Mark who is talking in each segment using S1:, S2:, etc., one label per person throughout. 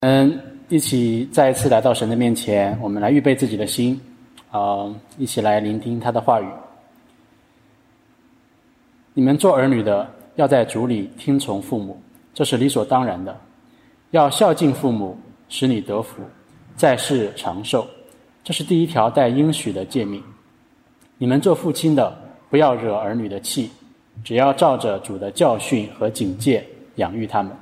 S1: 一起再一次来到神的面前，我们来预备自己的心，一起来聆听他的话语。你们做儿女的，要在主里听从父母，这是理所当然的。要孝敬父母，使你得福，在世长寿，这是第一条带应许的诫命。你们做父亲的，不要惹儿女的气，只要照着主的教训和警戒养育他们。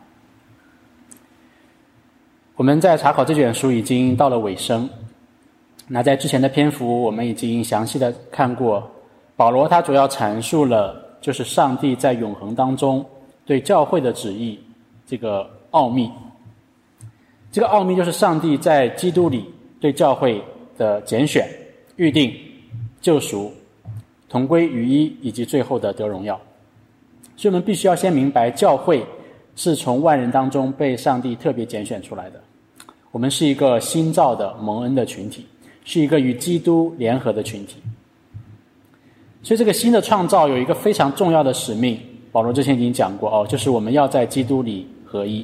S1: 我们在查考这卷书已经到了尾声，那在之前的篇幅我们已经详细的看过，保罗他主要阐述了就是上帝在永恒当中对教会的旨意这个奥秘。这个奥秘就是上帝在基督里对教会的拣选、预定、救赎、同归于一，以及最后的得荣耀。所以我们必须要先明白，教会是从万人当中被上帝特别拣选出来的。我们是一个新造的蒙恩的群体，是一个与基督联合的群体。所以这个新的创造有一个非常重要的使命，保罗之前已经讲过就是我们要在基督里合一。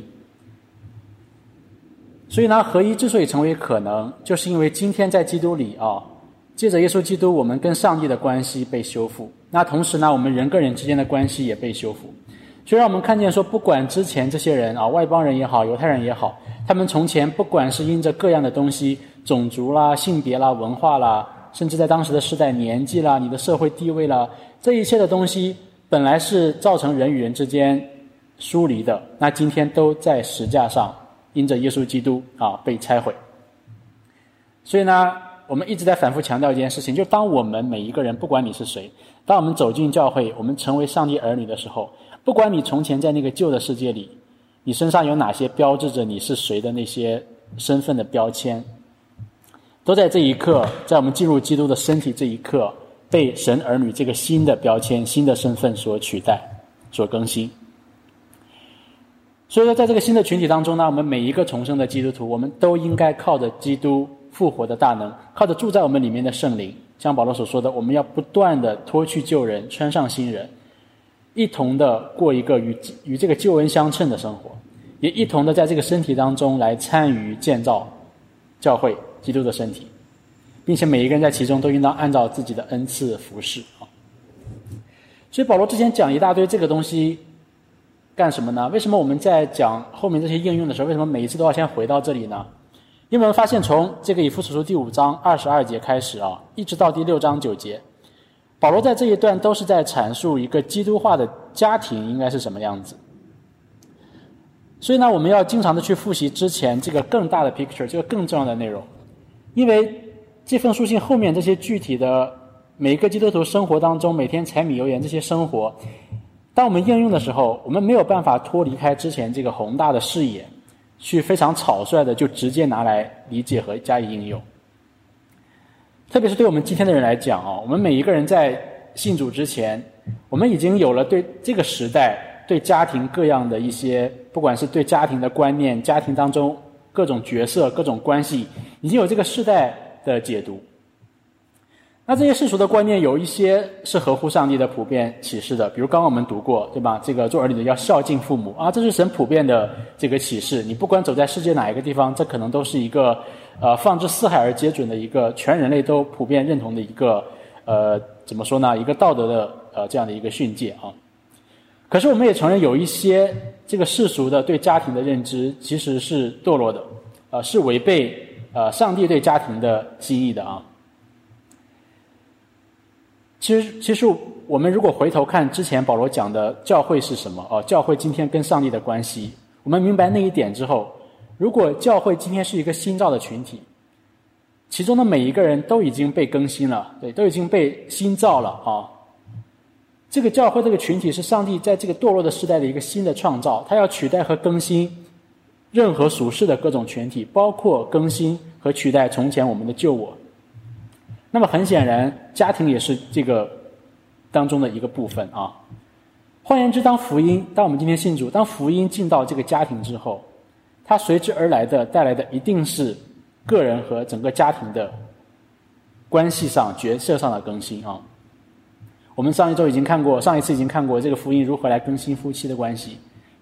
S1: 所以呢，合一之所以成为可能，就是因为今天在基督里借着耶稣基督，我们跟上帝的关系被修复。那同时呢，我们人跟人之间的关系也被修复。所以让我们看见说，不管之前这些人外邦人也好，犹太人也好，他们从前不管是因着各样的东西，种族啦、性别啦、文化啦，甚至在当时的世代年纪啦、你的社会地位啦，这一切的东西本来是造成人与人之间疏离的，那今天都在十架上因着耶稣基督被拆毁。所以呢，我们一直在反复强调一件事情，就是当我们每一个人，不管你是谁，当我们走进教会，我们成为上帝儿女的时候，不管你从前在那个旧的世界里，你身上有哪些标志着你是谁的那些身份的标签，都在这一刻，在我们进入基督的身体这一刻，被神儿女这个新的标签、新的身份所取代、所更新。所以说在这个新的群体当中呢，我们每一个重生的基督徒，我们都应该靠着基督复活的大能，靠着住在我们里面的圣灵，像保罗所说的，我们要不断的脱去旧人，穿上新人，一同的过一个与这个救恩相称的生活，也一同的在这个身体当中来参与建造教会基督的身体，并且每一个人在其中都应当按照自己的恩赐服侍。所以保罗之前讲一大堆这个东西干什么呢？为什么我们在讲后面这些应用的时候，为什么每一次都要先回到这里呢？因为我们发现从这个以弗所书第5章22节开始一直到第6章9节，保罗在这一段都是在阐述一个基督化的家庭应该是什么样子。所以呢，我们要经常的去复习之前这个更大的 picture， 这个更重要的内容。因为这封书信后面这些具体的每一个基督徒生活当中每天柴米油盐这些生活，当我们应用的时候，我们没有办法脱离开之前这个宏大的视野，去非常草率的就直接拿来理解和加以应用。特别是对我们今天的人来讲我们每一个人在信主之前，我们已经有了对这个时代对家庭各样的一些，不管是对家庭的观念，家庭当中各种角色各种关系，已经有这个世代的解读。那这些世俗的观念有一些是合乎上帝的普遍启示的，比如刚刚我们读过对吧，这个做儿女的要孝敬父母这是神普遍的这个启示，你不管走在世界哪一个地方，这可能都是一个放之四海而皆准的一个全人类都普遍认同的一个怎么说呢，一个道德的这样的一个训诫可是我们也承认有一些这个世俗的对家庭的认知其实是堕落的是违背上帝对家庭的心意的其实我们如果回头看之前保罗讲的教会是什么教会今天跟上帝的关系，我们明白那一点之后，如果教会今天是一个新造的群体，其中的每一个人都已经被更新了，对，都已经被新造了这个教会这个群体是上帝在这个堕落的时代的一个新的创造，他要取代和更新任何属世的各种群体，包括更新和取代从前我们的旧我。那么很显然家庭也是这个当中的一个部分换言之，当我们今天信主，当福音进到这个家庭之后，它随之而来的带来的一定是个人和整个家庭的关系上角色上的更新我们上一次已经看过这个福音如何来更新夫妻的关系，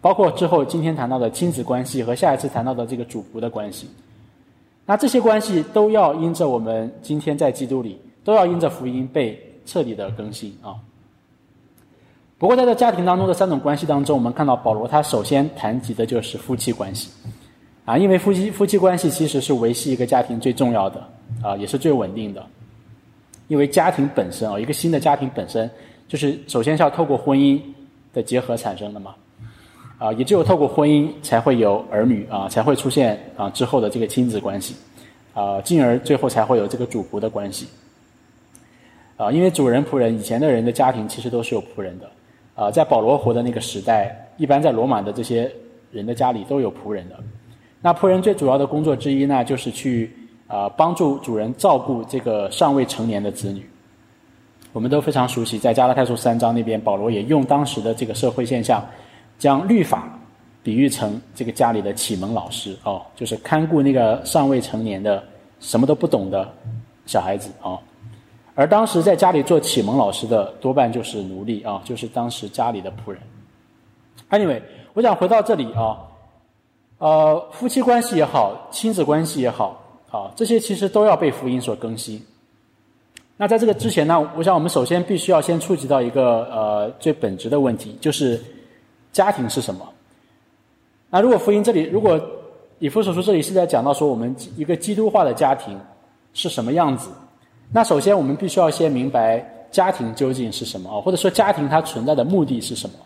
S1: 包括之后今天谈到的亲子关系和下一次谈到的这个主仆的关系。那这些关系都要因着我们今天在基督里，都要因着福音被彻底的更新啊。不过在这家庭当中的3种关系当中，我们看到保罗他首先谈及的就是夫妻关系啊，因为夫妻关系其实是维系一个家庭最重要的啊，也是最稳定的。因为家庭本身一个新的家庭本身就是首先是要透过婚姻的结合产生的嘛，也只有透过婚姻才会有儿女啊，才会出现之后的这个亲子关系进而最后才会有这个主仆的关系因为主人仆人以前的人的家庭其实都是有仆人的在保罗活的那个时代，一般在罗马的这些人的家里都有仆人的。那仆人最主要的工作之一呢，就是去帮助主人照顾这个尚未成年的子女。我们都非常熟悉，在加拉太书3章那边，保罗也用当时的这个社会现象，将律法比喻成这个家里的启蒙老师就是看顾那个尚未成年的什么都不懂的小孩子而当时在家里做启蒙老师的多半就是奴隶就是当时家里的仆人。Anyway， 我想回到这里夫妻关系也好，亲子关系也好这些其实都要被福音所更新。那在这个之前呢，我想我们首先必须要先触及到一个最本质的问题，就是家庭是什么。那如果福音这里，如果以弗所书这里是在讲到说我们一个基督化的家庭是什么样子，那首先我们必须要先明白家庭究竟是什么或者说家庭它存在的目的是什么。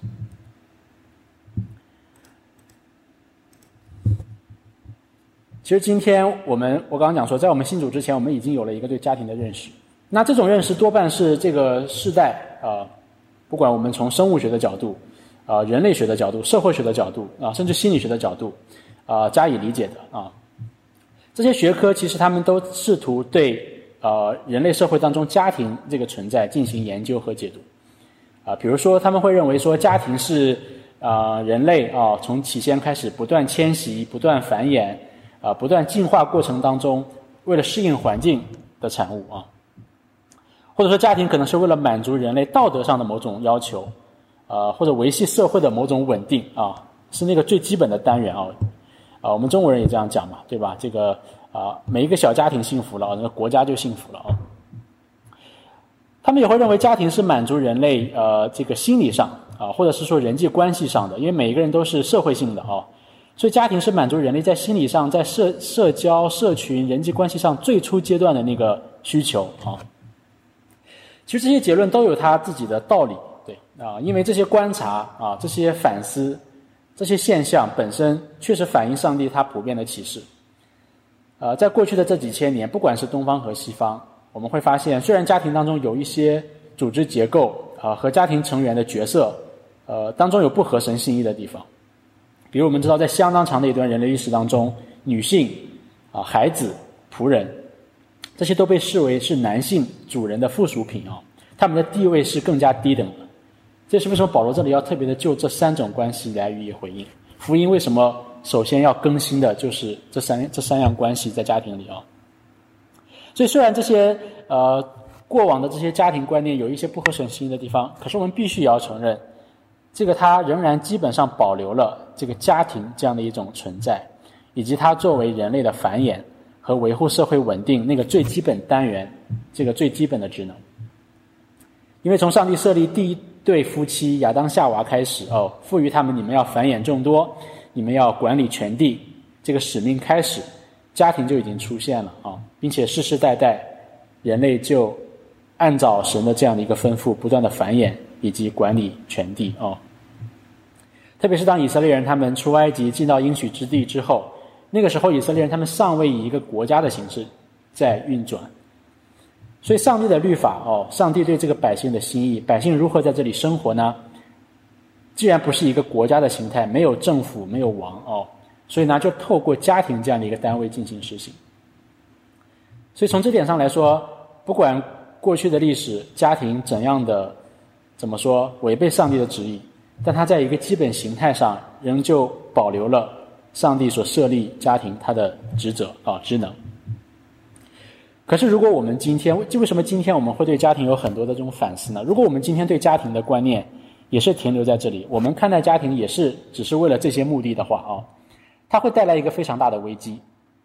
S1: 其实今天我刚刚讲说，在我们信主之前，我们已经有了一个对家庭的认识。那这种认识多半是这个世代不管我们从生物学的角度人类学的角度、社会学的角度甚至心理学的角度加以理解的这些学科其实他们都试图对人类社会当中家庭这个存在进行研究和解读比如说他们会认为说家庭是人类从起先开始不断迁徙、不断繁衍不断进化过程当中为了适应环境的产物或者说家庭可能是为了满足人类道德上的某种要求或者维系社会的某种稳定是那个最基本的单元我们中国人也这样讲嘛，对吧？这个每一个小家庭幸福了那个国家就幸福了他们也会认为家庭是满足人类这个心理上或者是说人际关系上的，因为每一个人都是社会性的所以家庭是满足人类在心理上在社交、社群、人际关系上最初阶段的那个需求其实这些结论都有它自己的道理，对因为这些观察这些反思、这些现象本身确实反映上帝他普遍的启示。在过去的这几千年，不管是东方和西方，我们会发现，虽然家庭当中有一些组织结构和家庭成员的角色当中有不合神心意的地方，比如我们知道，在相当长的一段人类历史当中，女性孩子、仆人这些都被视为是男性主人的附属品他们的地位是更加低等的。这是为什么保罗这里要特别的就这3种关系来予以回应。福音为什么首先要更新的就是这三样关系在家庭里所以虽然这些过往的这些家庭观念有一些不合神心意的地方，可是我们必须也要承认，这个它仍然基本上保留了这个家庭这样的一种存在，以及它作为人类的繁衍和维护社会稳定那个最基本单元，这个最基本的职能。因为从上帝设立第一对夫妻亚当夏娃开始赋予他们你们要繁衍众多，你们要管理全地这个使命开始，家庭就已经出现了并且世世代代人类就按照神的这样的一个吩咐不断的繁衍以及管理全地特别是当以色列人他们出埃及进到应许之地之后，那个时候以色列人他们尚未以一个国家的形式在运转，所以上帝的律法上帝对这个百姓的心意，百姓如何在这里生活呢？既然不是一个国家的形态，没有政府，没有王所以呢就透过家庭这样的一个单位进行实行。所以从这点上来说，不管过去的历史家庭怎样的怎么说违背上帝的旨意，但它在一个基本形态上仍旧保留了上帝所设立家庭它的职责职能。可是如果我们今天为什么今天我们会对家庭有很多的这种反思呢？如果我们今天对家庭的观念也是停留在这里，我们看待家庭也是只是为了这些目的的话它会带来一个非常大的危机。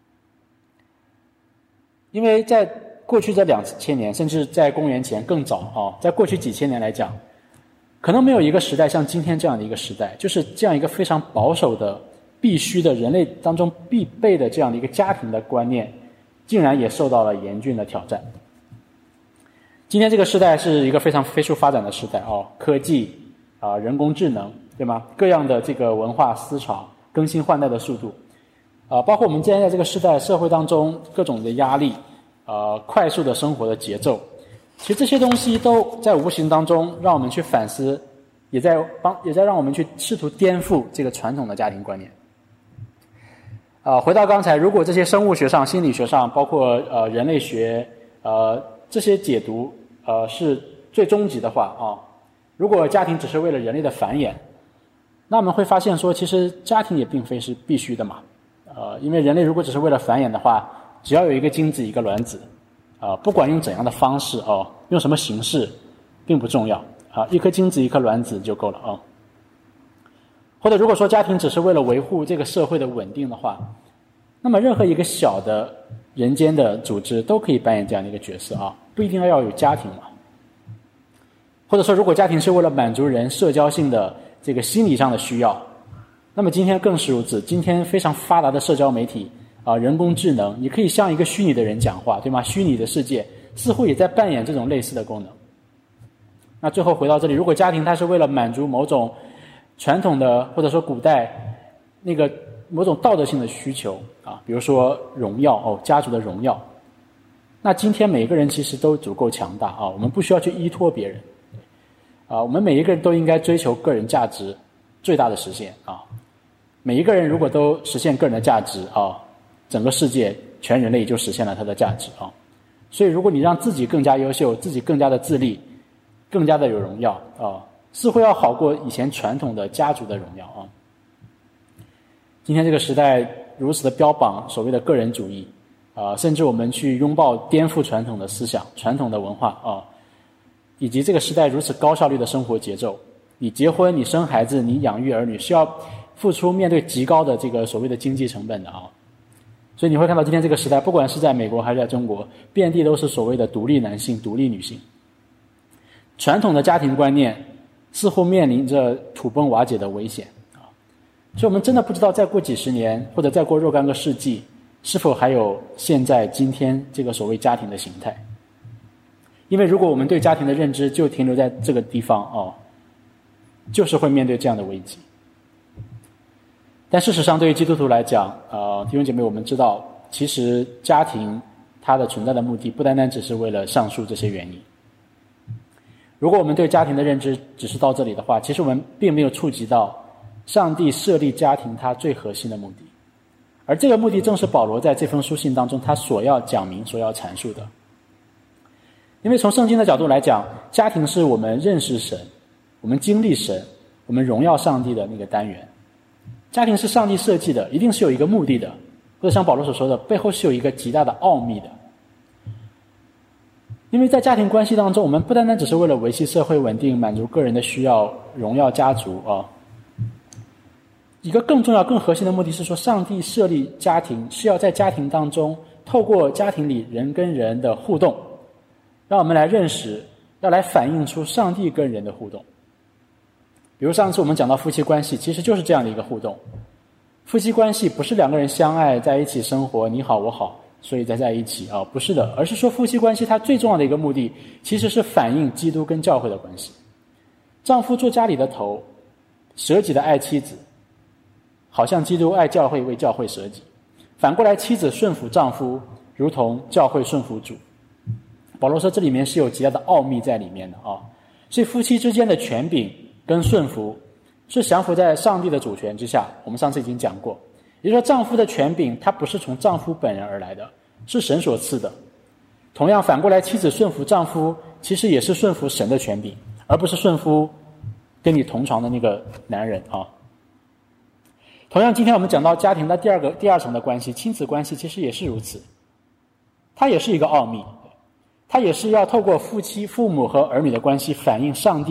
S1: 因为在过去这2000年，甚至在公元前更早在过去几千年来讲，可能没有一个时代像今天这样的一个时代，就是这样一个非常保守的、必须的人类当中必备的这样的一个家庭的观念，竟然也受到了严峻的挑战。今天这个时代是一个非常飞速发展的时代科技人工智能，对吗？各样的这个文化思潮更新换代的速度包括我们今天在这个时代社会当中各种的压力快速的生活的节奏，其实这些东西都在无形当中让我们去反思，也在让我们去试图颠覆这个传统的家庭观念。回到刚才，如果这些生物学上、心理学上，包括人类学这些解读是最终极的话如果家庭只是为了人类的繁衍，那我们会发现说，其实家庭也并非是必须的嘛。因为人类如果只是为了繁衍的话，只要有一个精子一个卵子不管用怎样的方式用什么形式并不重要一颗精子一颗卵子就够了或者如果说家庭只是为了维护这个社会的稳定的话，那么任何一个小的人间的组织都可以扮演这样的一个角色不一定要有家庭嘛。或者说如果家庭是为了满足人社交性的这个心理上的需要，那么今天更是如此。今天非常发达的社交媒体人工智能，你可以向一个虚拟的人讲话，对吗？虚拟的世界似乎也在扮演这种类似的功能。那最后回到这里，如果家庭它是为了满足某种传统的或者说古代那个某种道德性的需求比如说荣耀家族的荣耀，那今天每个人其实都足够强大我们不需要去依托别人我们每一个人都应该追求个人价值最大的实现每一个人如果都实现个人的价值整个世界全人类也就实现了它的价值所以如果你让自己更加优秀，自己更加的自立，更加的有荣耀似乎要好过以前传统的家族的荣耀今天这个时代如此的标榜所谓的个人主义甚至我们去拥抱颠覆传统的思想、传统的文化以及这个时代如此高效率的生活节奏，你结婚、你生孩子、你养育儿女需要付出面对极高的这个所谓的经济成本的所以你会看到今天这个时代，不管是在美国还是在中国，遍地都是所谓的独立男性、独立女性。传统的家庭观念似乎面临着土崩瓦解的危险所以我们真的不知道再过几十年或者再过若干个世纪，是否还有现在今天这个所谓家庭的形态。因为如果我们对家庭的认知就停留在这个地方就是会面对这样的危机。但事实上对于基督徒来讲弟兄姐妹，我们知道其实家庭它的存在的目的不单单只是为了上述这些原因。如果我们对家庭的认知只是到这里的话，其实我们并没有触及到上帝设立家庭它最核心的目的，而这个目的正是保罗在这封书信当中他所要讲明、所要阐述的。因为从圣经的角度来讲，家庭是我们认识神、我们经历神、我们荣耀上帝的那个单元。家庭是上帝设计的，一定是有一个目的的，或者像保罗所说的，背后是有一个极大的奥秘的。因为在家庭关系当中，我们不单单只是为了维系社会稳定、满足个人的需要、荣耀家族一个更重要、更核心的目的是说，上帝设立家庭是要在家庭当中，透过家庭里人跟人的互动，让我们来认识，要来反映出上帝跟人的互动。比如上次我们讲到夫妻关系，其实就是这样的一个互动。夫妻关系不是两个人相爱在一起生活，你好我好，所以才在一起不是的，而是说夫妻关系它最重要的一个目的，其实是反映基督跟教会的关系。丈夫做家里的头，舍己的爱妻子，好像基督爱教会，为教会舍己。反过来，妻子顺服丈夫，如同教会顺服主。保罗说这里面是有极大的奥秘在里面的所以夫妻之间的权柄跟顺服是降服在上帝的主权之下，我们上次已经讲过。也就是说，丈夫的权柄它不是从丈夫本人而来的，是神所赐的。同样反过来，妻子顺服丈夫其实也是顺服神的权柄，而不是顺服跟你同床的那个男人同样今天我们讲到家庭的第二层的关系，亲子关系其实也是如此，它也是一个奥秘，它也是要透过夫妻、父母和儿女的关系反映上帝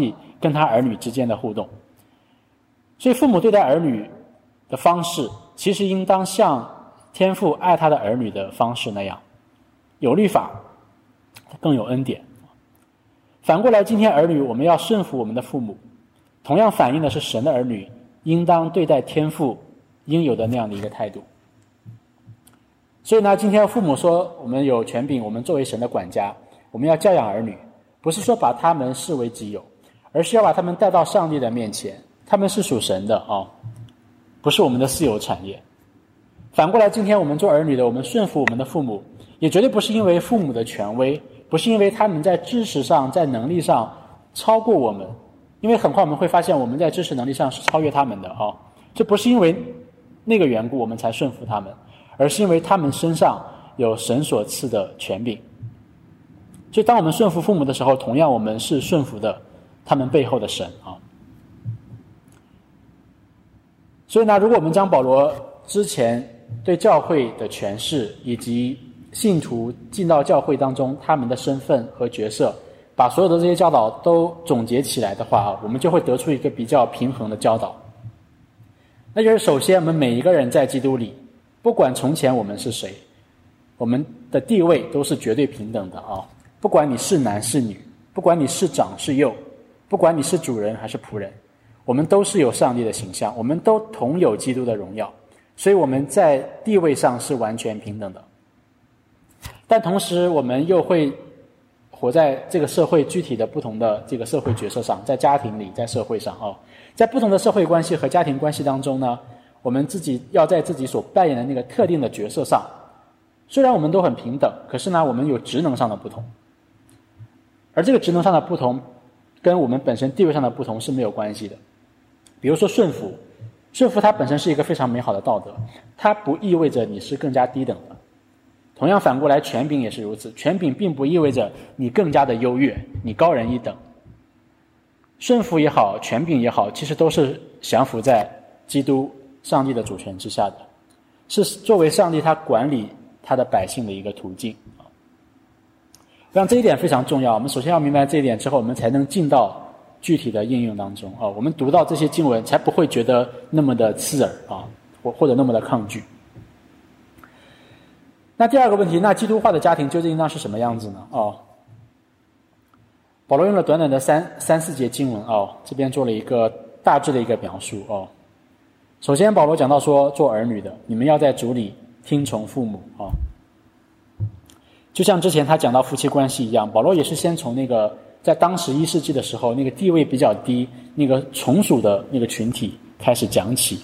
S1: 跟他儿女之间的互动。所以父母对待儿女的方式，其实应当像天父爱他的儿女的方式那样，有律法，更有恩典。反过来，今天儿女我们要顺服我们的父母，同样反映的是神的儿女应当对待天父应有的那样的一个态度。所以呢，今天父母说我们有权柄，我们作为神的管家，我们要教养儿女，不是说把他们视为己有，而是要把他们带到上帝的面前，他们是属神的不是我们的私有产业。反过来，今天我们做儿女的，我们顺服我们的父母，也绝对不是因为父母的权威，不是因为他们在知识上在能力上超过我们，因为很快我们会发现我们在知识能力上是超越他们的这不是因为那个缘故我们才顺服他们，而是因为他们身上有神所赐的权柄。所以当我们顺服父母的时候，同样我们是顺服的他们背后的神所以呢，如果我们将保罗之前对教会的诠释，以及信徒进到教会当中他们的身份和角色，把所有的这些教导都总结起来的话我们就会得出一个比较平衡的教导。那就是首先，我们每一个人在基督里，不管从前我们是谁，我们的地位都是绝对平等的不管你是男是女，不管你是长是幼，不管你是主人还是仆人，我们都是有上帝的形象，我们都同有基督的荣耀，所以我们在地位上是完全平等的。但同时我们又会活在这个社会具体的不同的这个社会角色上，在家庭里，在社会上在不同的社会关系和家庭关系当中呢，我们自己要在自己所扮演的那个特定的角色上，虽然我们都很平等，可是呢我们有职能上的不同，而这个职能上的不同跟我们本身地位上的不同是没有关系的。比如说顺服它本身是一个非常美好的道德，它不意味着你是更加低等的。同样反过来，权柄也是如此，权柄并不意味着你更加的优越，你高人一等。顺服也好，权柄也好，其实都是降服在基督上帝的主权之下的，是作为上帝他管理他的百姓的一个途径。我想这一点非常重要，我们首先要明白这一点之后，我们才能进到具体的应用当中我们读到这些经文才不会觉得那么的刺耳或者那么的抗拒。那第二个问题，那基督化的家庭究竟应当是什么样子呢保罗用了短短的三四节经文这边做了一个大致的一个描述首先保罗讲到说，做儿女的你们要在主里听从父母就像之前他讲到夫妻关系一样，保罗也是先从那个在当时1世纪的时候那个地位比较低那个从属的那个群体开始讲起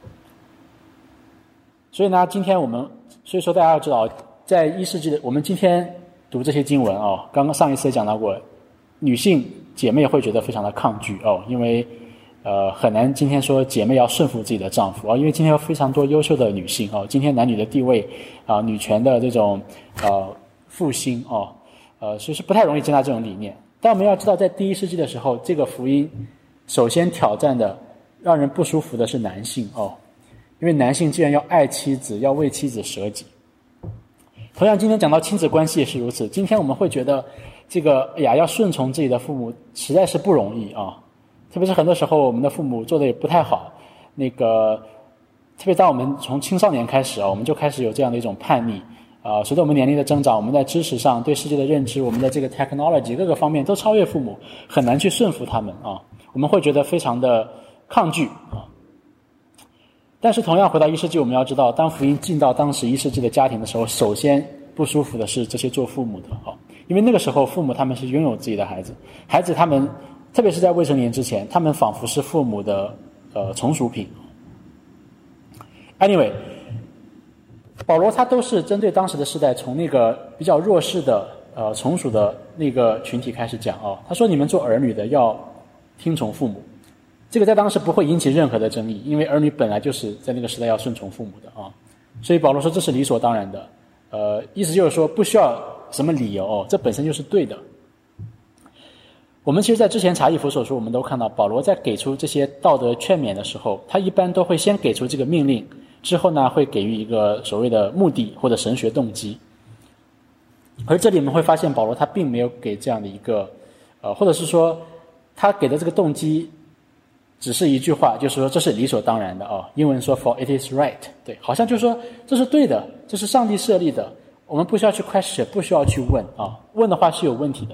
S1: 所以呢，今天我们所以说大家要知道，在1世纪的我们今天读这些经文刚刚上一次也讲到过，女性姐妹会觉得非常的抗拒因为很难今天说姐妹要顺服自己的丈夫因为今天有非常多优秀的女性今天男女的地位女权的这种复兴所以是不太容易接纳这种理念。但我们要知道，在第1世纪的时候，这个福音首先挑战的让人不舒服的是男性因为男性既然要爱妻子，要为妻子舍己。同样今天讲到亲子关系也是如此，今天我们会觉得这个要顺从自己的父母实在是不容易特别是很多时候我们的父母做的也不太好，特别当我们从青少年开始我们就开始有这样的一种叛逆随着我们年龄的增长，我们在知识上对世界的认知，我们的这个 technology 各个方面都超越父母，很难去顺服他们我们会觉得非常的抗拒但是同样回到1世纪，我们要知道，当福音进到当时1世纪的家庭的时候，首先不舒服的是这些做父母的因为那个时候父母他们是拥有自己的孩子他们特别是在未成年之前，他们仿佛是父母的从属品。Anyway， 保罗他都是针对当时的时代，从那个比较弱势的从属的那个群体开始讲他说你们做儿女的要听从父母，这个在当时不会引起任何的争议，因为儿女本来就是在那个时代要顺从父母的所以保罗说这是理所当然的意思就是说不需要什么理由这本身就是对的。我们其实在之前查以弗所书我们都看到，保罗在给出这些道德劝勉的时候，他一般都会先给出这个命令，之后呢会给予一个所谓的目的或者神学动机。而这里我们会发现保罗他并没有给这样的一个或者是说他给的这个动机只是一句话，就是说这是理所当然的哦。英文说 for it is right， 对，好像就是说这是对的，这是上帝设立的，我们不需要去 question， 不需要去问啊，问的话是有问题的。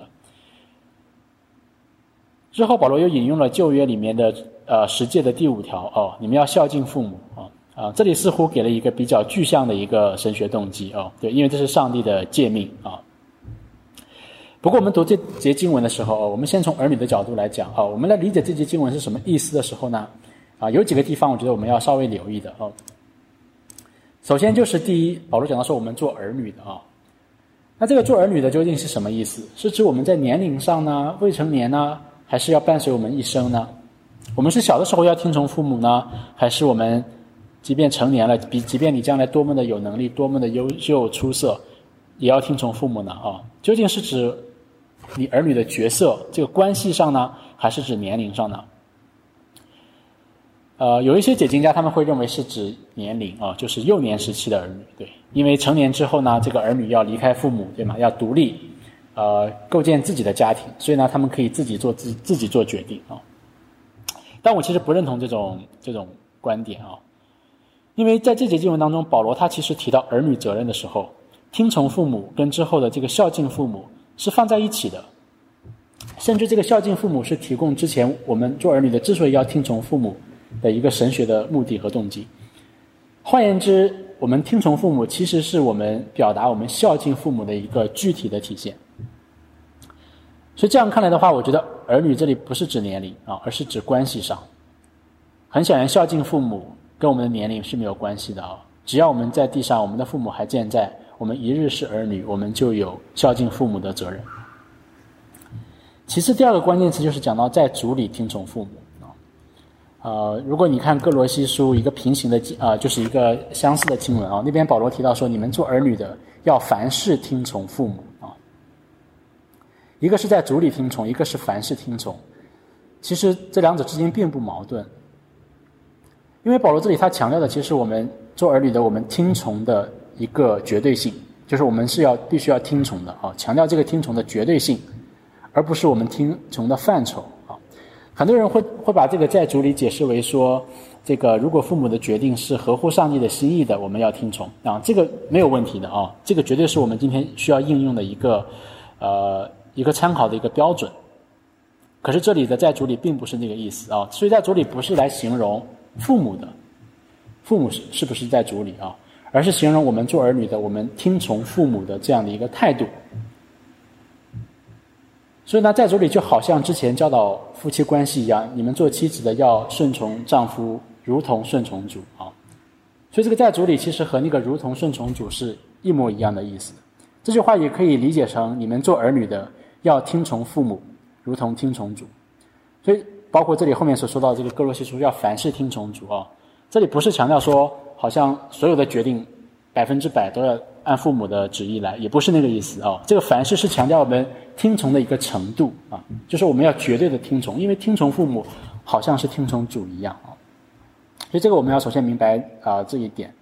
S1: 之后保罗又引用了旧约里面的十诫的第5条哦，你们要孝敬父母这里似乎给了一个比较具象的一个神学动机哦，对，因为这是上帝的诫命啊。不过我们读这节经文的时候，我们先从儿女的角度来讲我们来理解这节经文是什么意思的时候呢，有几个地方我觉得我们要稍微留意的哦。首先就是第一，保罗讲到说我们做儿女的那这个做儿女的究竟是什么意思？是指我们在年龄上呢，未成年呢，还是要伴随我们一生呢？我们是小的时候要听从父母呢，还是我们即便成年了，即便你将来多么的有能力，多么的优秀出色，也要听从父母呢？究竟是指你儿女的角色这个关系上呢，还是指年龄上呢？有一些解经家他们会认为是指年龄就是幼年时期的儿女，对，因为成年之后呢，这个儿女要离开父母，对吗？要独立，构建自己的家庭，所以呢，他们可以自己做决定但我其实不认同这种观点因为在这节经文当中，保罗他其实提到儿女责任的时候，听从父母跟之后的这个孝敬父母是放在一起的，甚至这个孝敬父母是提供之前我们做儿女的之所以要听从父母的一个神学的目的和动机。换言之，我们听从父母其实是我们表达我们孝敬父母的一个具体的体现。所以这样看来的话，我觉得儿女这里不是指年龄而是指关系上。很显然，孝敬父母跟我们的年龄是没有关系的只要我们在地上，我们的父母还健在，我们一日是儿女，我们就有孝敬父母的责任。其次，第二个关键词就是讲到在主里听从父母如果你看哥罗西书一个平行的就是一个相似的经文那边保罗提到说，你们做儿女的要凡事听从父母一个是在主里听从，一个是凡事听从。其实这两者之间并不矛盾，因为保罗这里他强调的其实我们做儿女的，我们听从的一个绝对性，就是我们是必须要听从的强调这个听从的绝对性，而不是我们听从的范畴很多人会把这个在主里解释为说，这个如果父母的决定是合乎上帝的心意的，我们要听从这个没有问题的这个绝对是我们今天需要应用的一个参考的一个标准。可是这里的在主里并不是那个意思所以在主里不是来形容父母的，父母是不是在主里而是形容我们做儿女的，我们听从父母的这样的一个态度。所以呢，在主里就好像之前教导夫妻关系一样，你们做妻子的要顺从丈夫，如同顺从主所以这个在主里其实和那个如同顺从主是一模一样的意思。这句话也可以理解成你们做儿女的要听从父母，如同听从主。所以包括这里后面所说到这个哥罗西书要凡事听从主这里不是强调说好像所有的决定100%都要按父母的旨意来，也不是那个意思这个凡事是强调我们听从的一个程度就是我们要绝对的听从，因为听从父母好像是听从主一样所以这个我们要首先明白这一点。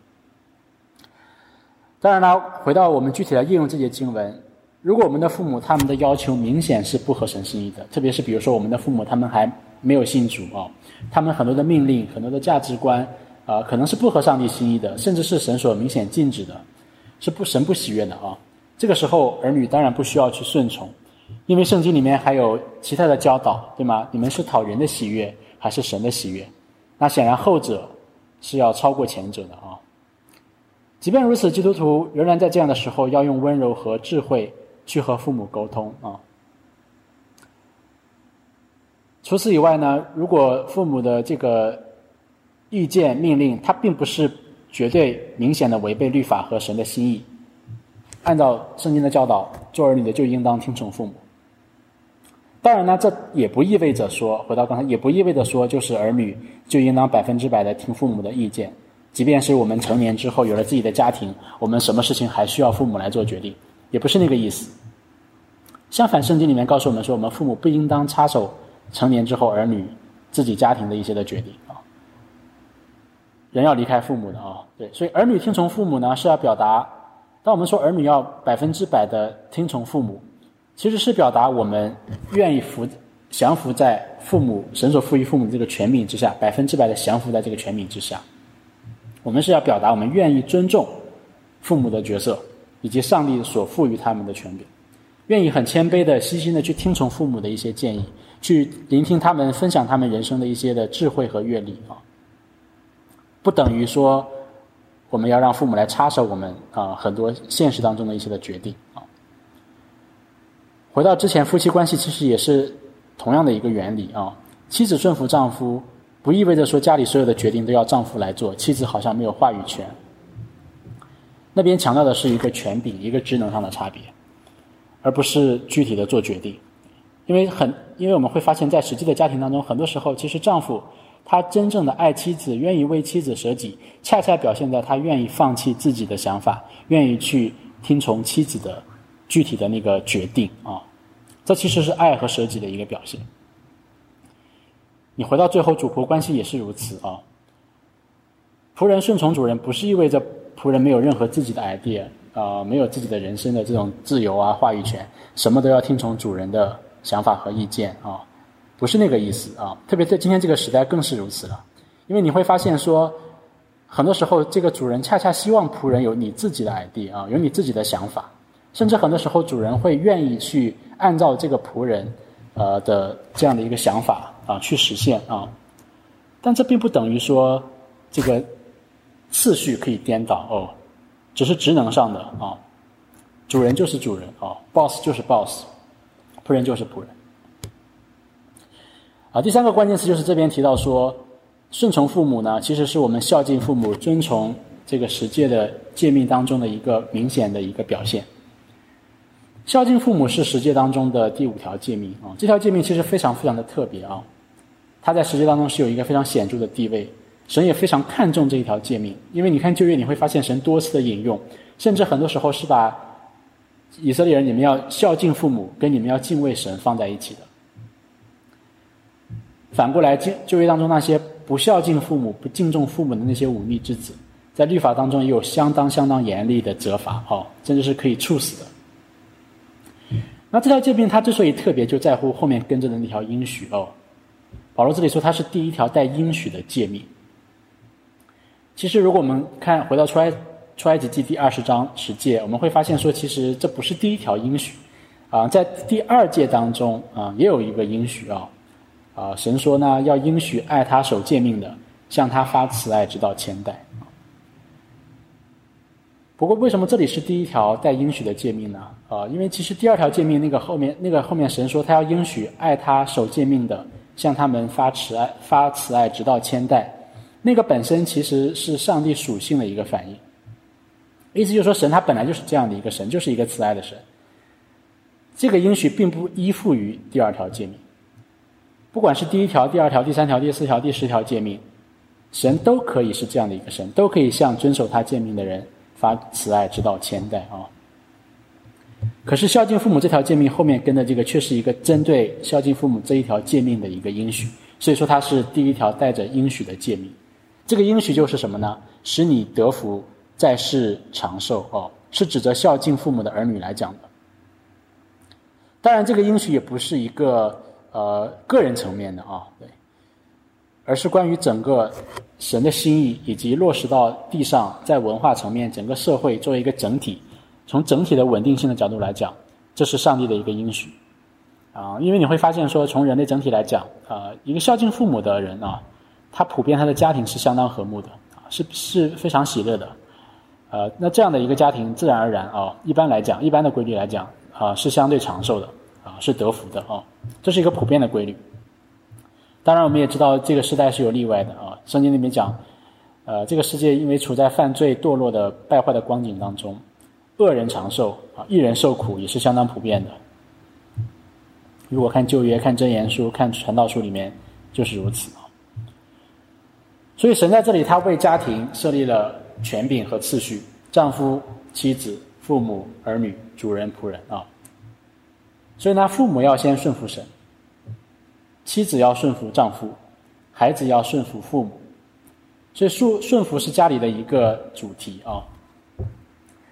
S1: 当然了，回到我们具体来应用这节经文，如果我们的父母他们的要求明显是不合神心意的，特别是比如说我们的父母他们还没有信主他们很多的命令，很多的价值观可能是不合上帝心意的，甚至是神所明显禁止的，是神不喜悦的这个时候儿女当然不需要去顺从，因为圣经里面还有其他的教导，对吗？你们是讨人的喜悦还是神的喜悦？那显然后者是要超过前者的即便如此，基督徒仍然在这样的时候要用温柔和智慧去和父母沟通除此以外呢，如果父母的这个意见命令它并不是绝对明显的违背律法和神的心意，按照圣经的教导，做儿女的就应当听从父母。当然呢，这也不意味着说，回到刚才，也不意味着说就是儿女就应当100%的听父母的意见，即便是我们成年之后有了自己的家庭，我们什么事情还需要父母来做决定，也不是那个意思。相反，圣经里面告诉我们说，我们父母不应当插手成年之后儿女自己家庭的一些的决定人要离开父母的对，所以儿女听从父母呢，是要表达，当我们说儿女要100%的听从父母，其实是表达我们愿意降服在父母神所赋予父母的这个权柄之下，100%的降服在这个权柄之下。我们是要表达我们愿意尊重父母的角色，以及上帝所赋予他们的权柄，愿意很谦卑的细心的去听从父母的一些建议，去聆听他们分享他们人生的一些的智慧和阅历啊，不等于说我们要让父母来插手我们很多现实当中的一些的决定啊。回到之前夫妻关系，其实也是同样的一个原理啊。妻子顺服丈夫，不意味着说家里所有的决定都要丈夫来做，妻子好像没有话语权。那边强调的是一个权柄，一个职能上的差别，而不是具体的做决定。因为我们会发现在实际的家庭当中，很多时候其实丈夫他真正的爱妻子，愿意为妻子舍己，恰恰表现在他愿意放弃自己的想法，愿意去听从妻子的具体的那个决定啊。这其实是爱和舍己的一个表现。你回到最后，主仆关系也是如此啊。仆人顺从主人，不是意味着仆人没有任何自己的 idea 没有自己的人生的这种自由啊、话语权，什么都要听从主人的想法和意见啊，不是那个意思啊。特别在今天这个时代更是如此了，因为你会发现说，很多时候这个主人恰恰希望仆人有你自己的 idea 啊，有你自己的想法，甚至很多时候主人会愿意去按照这个仆人的这样的一个想法去实现啊。但这并不等于说这个次序可以颠倒哦，只是职能上的啊，主人就是主人啊 ，boss 就是 boss， 仆人就是仆人。第三个关键词就是这边提到说，顺从父母呢，其实是我们孝敬父母、遵从这个十诫的诫命当中的一个明显的一个表现。孝敬父母是十诫当中的第5条诫命啊，这条诫命其实非常非常的特别啊，它在十诫当中是有一个非常显著的地位。神也非常看重这一条诫命，因为你看旧约你会发现神多次的引用，甚至很多时候是把以色列人你们要孝敬父母跟你们要敬畏神放在一起的。反过来旧约当中那些不孝敬父母、不敬重父母的那些忤逆之子，在律法当中也有相当严厉的责罚甚至是可以处死的。那这条诫命它之所以特别，就在乎后面跟着的那条应许保罗这里说它是第一条带应许的诫命。其实如果我们回到出埃及记第20章10诫，我们会发现说其实这不是第一条应许在第2诫当中也有一个应许神说呢，要应许爱他守诫命的，向他发慈爱直到千代。不过为什么这里是第一条带应许的诫命呢？因为其实第2条诫命那个后面神说他要应许爱他守诫命的，向他们发慈爱直到千代，那个本身其实是上帝属性的一个反应。意思就是说神他本来就是这样的一个神，就是一个慈爱的神。这个应许并不依附于第2条诫命，不管是第1条、第2条、第3条、第4条、第10条诫命，神都可以是这样的一个神，都可以向遵守他诫命的人发慈爱直到千代可是孝敬父母这条诫命后面跟的这个却是一个针对孝敬父母这一条诫命的一个应许，所以说它是第1条带着应许的诫命。这个应许就是什么呢？使你得福，在世长寿是指着孝敬父母的儿女来讲的。当然这个应许也不是一个个人层面的对，而是关于整个神的心意以及落实到地上，在文化层面整个社会作为一个整体，从整体的稳定性的角度来讲，这是上帝的一个应许因为你会发现说从人类整体来讲一个孝敬父母的人他普遍他的家庭是相当和睦的是非常喜乐的那这样的一个家庭自然而然一般的规律来讲是相对长寿的是得福的这是一个普遍的规律。当然我们也知道这个时代是有例外的圣经里面讲这个世界因为处在犯罪堕落的败坏的光景当中，恶人长寿义人受苦也是相当普遍的。如果看旧约、看箴言书、看传道书里面就是如此所以神在这里他为家庭设立了权柄和次序，丈夫、妻子、父母、儿女、主人、仆人所以呢，父母要先顺服神，妻子要顺服丈夫，孩子要顺服父母。所以顺服是家里的一个主题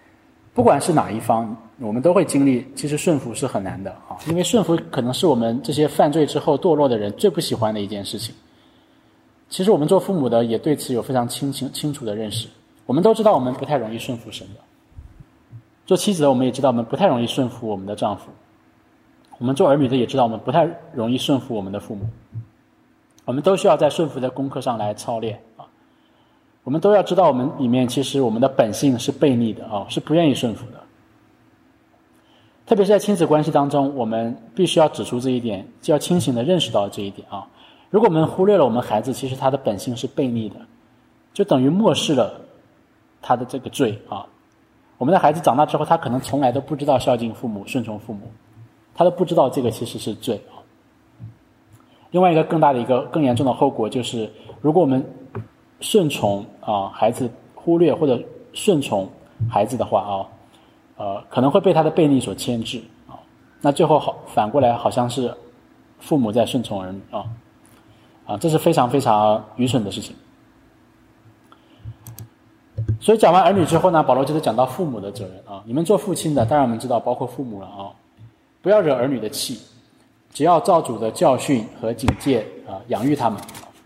S1: 不管是哪一方，我们都会经历，其实顺服是很难的啊，因为顺服可能是我们这些犯罪之后堕落的人最不喜欢的一件事情。其实我们做父母的也对此有非常清楚的认识，我们都知道我们不太容易顺服神的。做妻子的我们也知道我们不太容易顺服我们的丈夫，我们做儿女的也知道我们不太容易顺服我们的父母，我们都需要在顺服的功课上来操练啊。我们都要知道我们里面其实我们的本性是悖逆的啊，是不愿意顺服的。特别是在亲子关系当中，我们必须要指出这一点，就要清醒地认识到这一点啊。如果我们忽略了我们孩子其实他的本性是悖逆的，就等于漠视了他的这个罪啊。我们的孩子长大之后，他可能从来都不知道孝敬父母、顺从父母，他都不知道这个其实是罪啊。另外一个更大的一个更严重的后果就是，如果我们顺从孩子，忽略或者顺从孩子的话可能会被他的悖逆所牵制啊。那最后反过来好像是父母在顺从儿女这是非常非常愚蠢的事情。所以讲完儿女之后呢，保罗就是讲到父母的责任啊。你们做父亲的，当然我们知道包括父母了不要惹儿女的气，只要照主的教训和警戒养育他们。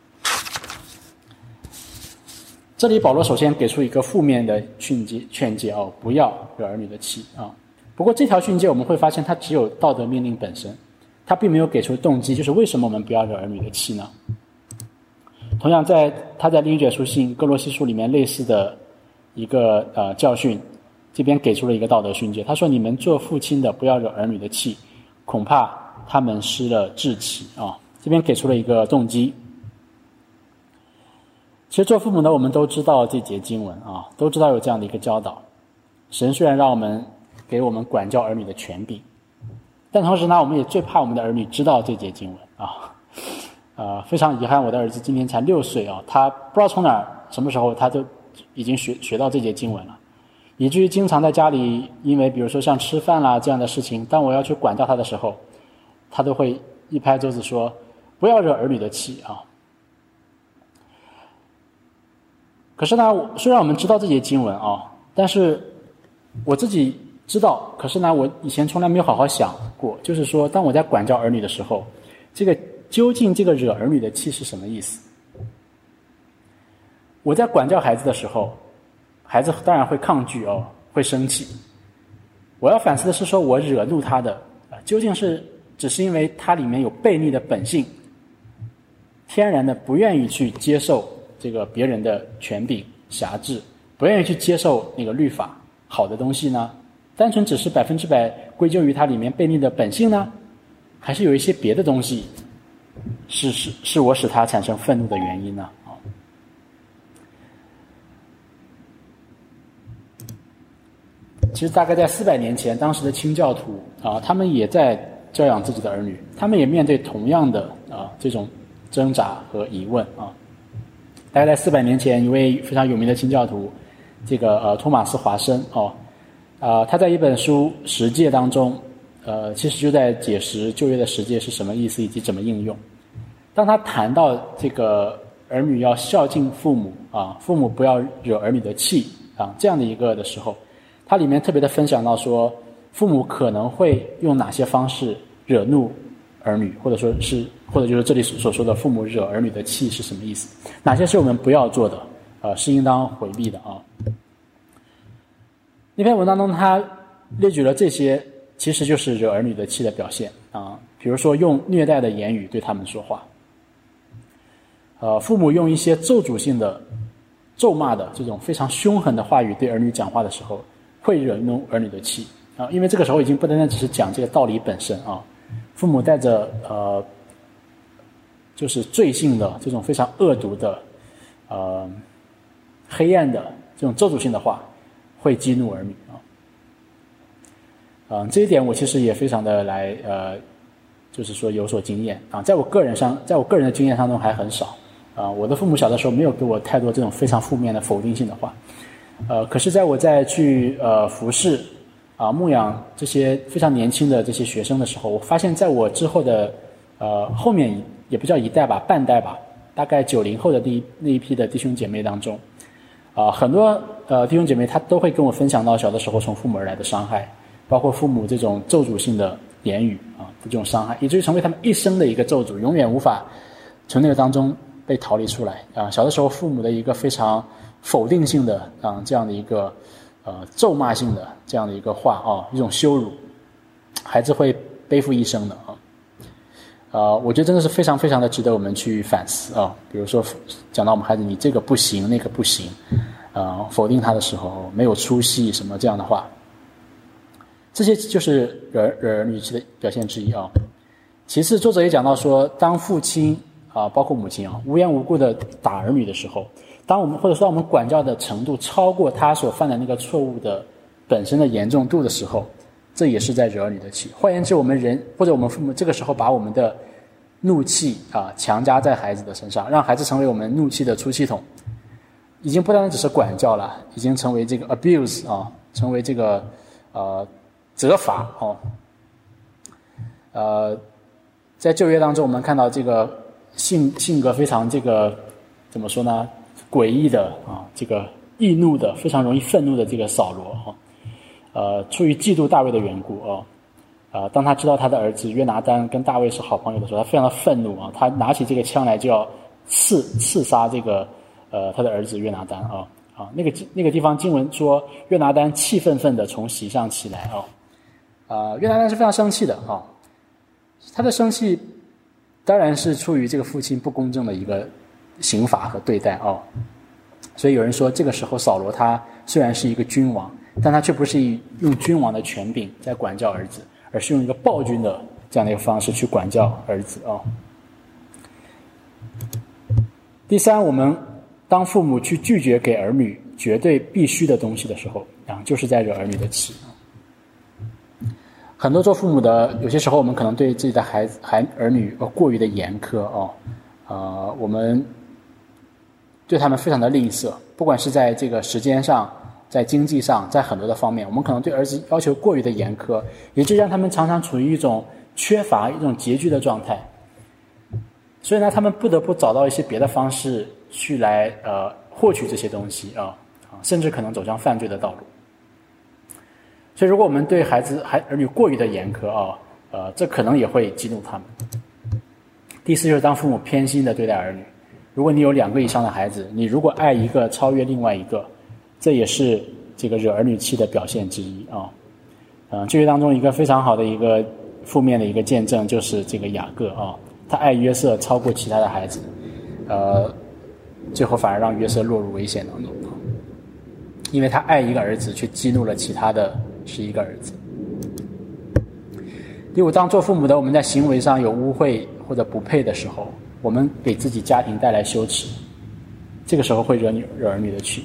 S1: 这里保罗首先给出一个负面的劝诫不要惹儿女的气不过这条训诫我们会发现它只有道德命令本身，它并没有给出动机，就是为什么我们不要惹儿女的气呢？同样他在另一卷书信哥罗西书里面类似的一个教训，这边给出了一个道德训诫，他说你们做父亲的不要惹儿女的气，恐怕他们失了志气这边给出了一个动机。其实做父母的我们都知道这节经文都知道有这样的一个教导。神虽然让我们给我们管教儿女的权柄，但同时呢，我们也最怕我们的儿女知道这节经文非常遗憾，我的儿子今年才6岁他不知道从什么时候他就已经学到这节经文了，以至于经常在家里，因为比如说像吃饭啦这样的事情，当我要去管教他的时候，他都会一拍桌子说不要惹儿女的气可是呢，虽然我们知道这些经文但是我自己知道，可是呢，我以前从来没有好好想过，就是说，当我在管教儿女的时候，究竟这个惹儿女的气是什么意思？我在管教孩子的时候，孩子当然会抗拒会生气。我要反思的是说，我惹怒他的究竟是只是因为他里面有悖逆的本性，天然的不愿意去接受这个别人的权柄辖制，不愿意去接受那个律法好的东西呢？单纯只是100%归咎于它里面悖逆的本性呢？还是有一些别的东西是我使他产生愤怒的原因呢？其实大概在400年前，当时的清教徒他们也在教养自己的儿女，他们也面对同样的这种挣扎和疑问大概在400年前，一位非常有名的清教徒，这个托马斯·华生他在一本书《十诫》当中其实就在解释旧约的十诫是什么意思以及怎么应用。当他谈到这个儿女要孝敬父母父母不要惹儿女的气这样的一个的时候，他里面特别的分享到说，父母可能会用哪些方式惹怒儿女，或者就是这里所说的父母惹儿女的气是什么意思？哪些是我们不要做的是应当回避的那篇文当中他列举了这些其实就是惹儿女的气的表现比如说用虐待的言语对他们说话父母用一些咒诅性的咒骂的这种非常凶狠的话语对儿女讲话的时候，会惹怒儿女的气因为这个时候已经不单单只是讲这个道理本身父母带着就是罪性的这种非常恶毒的黑暗的这种咒诅性的话会激怒儿女这一点我其实也非常的来就是说有所经验在我个人的经验当中还很少我的父母小的时候没有给我太多这种非常负面的否定性的话可是在我去服侍牧养这些非常年轻的这些学生的时候，我发现在我之后的后面也不叫一代吧，半代吧，大概90后的那一批的弟兄姐妹当中很多弟兄姐妹他都会跟我分享到小的时候从父母而来的伤害，包括父母这种咒诅性的言语这种伤害，以至于成为他们一生的一个咒诅，永远无法从那个当中被逃离出来小的时候父母的一个非常否定性的这样的一个咒骂性的这样的一个话一种羞辱，孩子会背负一生的我觉得真的是非常非常的值得我们去反思比如说讲到我们孩子你这个不行那个不行否定他的时候没有出息什么这样的话，这些就是惹儿女气的表现之一其次作者也讲到说，当父亲包括母亲无缘无故的打儿女的时候，当我们或者说我们管教的程度超过他所犯的那个错误的本身的严重度的时候，这也是在惹儿女的气。换言之，我们人或者我们父母这个时候把我们的怒气强加在孩子的身上，让孩子成为我们怒气的出气筒，已经不单单只是管教了，已经成为这个 abuse 成为这个责罚在旧约当中我们看到这个性格非常这个怎么说呢诡异的这个易怒的非常容易愤怒的这个扫罗出于嫉妒大卫的缘故当他知道他的儿子约拿单跟大卫是好朋友的时候，他非常的愤怒他拿起这个枪来就要刺杀这个他的儿子约拿单那个地方经文说约拿单气愤愤的从席上起来约拿单是非常生气的他的生气当然是出于这个父亲不公正的一个刑罚和对待所以有人说这个时候扫罗他虽然是一个君王，但他却不是用君王的权柄在管教儿子，而是用一个暴君的这样的一个方式去管教儿子第三，我们当父母去拒绝给儿女绝对必须的东西的时候就是在惹儿女的气很多做父母的有些时候我们可能对自己的儿女过于的严苛我们对他们非常的吝啬，不管是在这个时间上在经济上在很多的方面，我们可能对儿子要求过于的严苛，也就让他们常常处于一种缺乏一种拮据的状态，所以呢他们不得不找到一些别的方式去来获取这些东西甚至可能走向犯罪的道路。所以如果我们对儿女过于的严苛这可能也会激怒他们。第四就是当父母偏心的对待儿女，如果你有2个以上的孩子，你如果爱一个超越另外一个，这也是这个惹儿女气的表现之一旧约当中一个非常好的一个负面的一个见证就是这个雅各他爱约瑟超过其他的孩子最后反而让约瑟落入危险当中因为他爱一个儿子却激怒了其他的11个儿子。第五，当做父母的我们在行为上有污秽或者不配的时候，我们给自己家庭带来羞耻，这个时候会惹儿女的气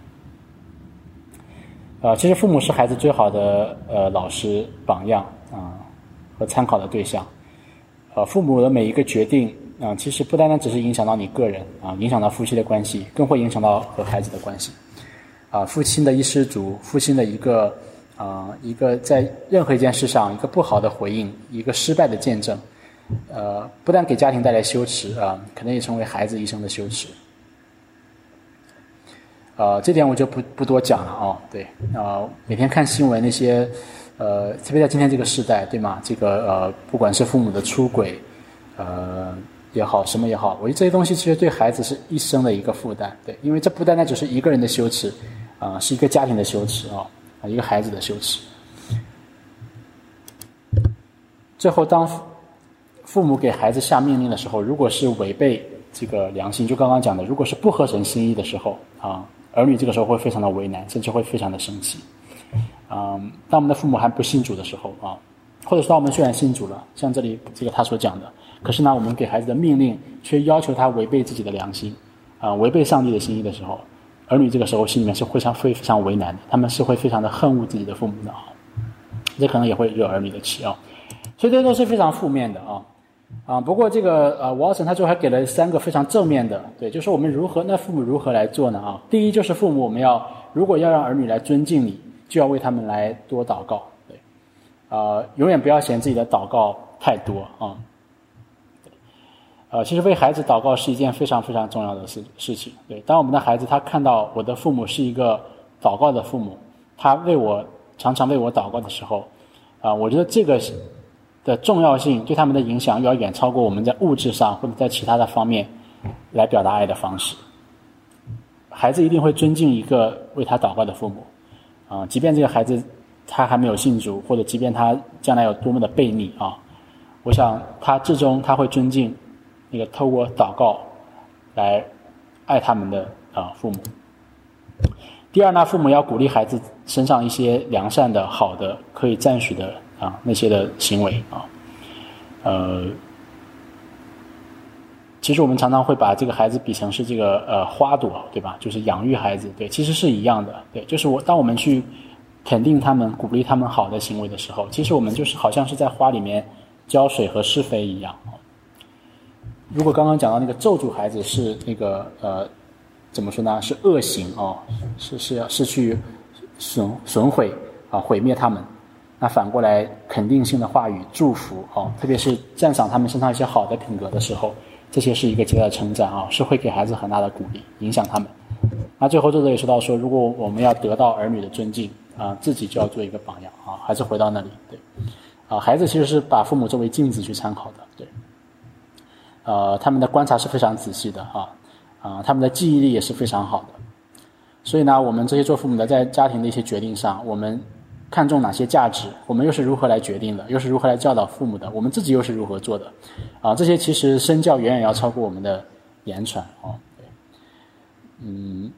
S1: 其实父母是孩子最好的老师榜样和参考的对象父母的每一个决定其实不单单只是影响到你个人影响到夫妻的关系，更会影响到和孩子的关系父亲的一失足，父亲的一个在任何一件事上一个不好的回应，一个失败的见证不但给家庭带来羞耻可能也成为孩子一生的羞耻这点我就不多讲了对每天看新闻那些特别在今天这个时代对吗，这个不管是父母的出轨也好什么也好，我觉得这些东西其实对孩子是一生的一个负担对，因为这不单单只是一个人的羞耻是一个家庭的羞耻一个孩子的羞耻。最后当父母给孩子下命令的时候，如果是违背这个良心，就刚刚讲的，如果是不合神心意的时候儿女这个时候会非常的为难，甚至会非常的生气当我们的父母还不信主的时候或者说我们虽然信主了，像这里这个他所讲的，可是呢我们给孩子的命令却要求他违背自己的良心违背上帝的心意的时候，儿女这个时候心里面是会非常为难的，他们是会非常的恨恶自己的父母的这可能也会惹儿女的气所以这都是非常负面的不过这个Watson 他最后还给了3个非常正面的对，就是我们父母如何来做呢第一就是父母我们如果要让儿女来尊敬你，就要为他们来多祷告对永远不要嫌自己的祷告太多其实为孩子祷告是一件非常非常重要的事情。对，当我们的孩子他看到我的父母是一个祷告的父母，他常常为我祷告的时候，我觉得这个的重要性对他们的影响要远超过我们在物质上或者在其他的方面来表达爱的方式。孩子一定会尊敬一个为他祷告的父母，即便这个孩子他还没有信主，或者即便他将来有多么的悖逆我想他至终他会尊敬那个透过祷告来爱他们的父母。第二呢，父母要鼓励孩子身上一些良善的、好的、可以赞许的那些的行为其实我们常常会把这个孩子比成是这个花朵，对吧？就是养育孩子，对，其实是一样的，对，就是当我们去肯定他们、鼓励他们好的行为的时候，其实我们就是好像是在花里面浇水和施肥一样。如果刚刚讲到那个咒诅孩子是那个怎么说呢？是恶行是去损毁毁灭他们。那反过来肯定性的话语、祝福特别是赞赏他们身上一些好的品格的时候，这些是一个极大的称赞是会给孩子很大的鼓励，影响他们。那最后作者也说到说，如果我们要得到儿女的尊敬自己就要做一个榜样还是回到那里，对孩子其实是把父母作为镜子去参考的，对他们的观察是非常仔细的他们的记忆力也是非常好的。所以呢，我们这些做父母的在家庭的一些决定上，我们看重哪些价值，我们又是如何来决定的，又是如何来教导父母的，我们自己又是如何做的这些其实身教远远要超过我们的言传对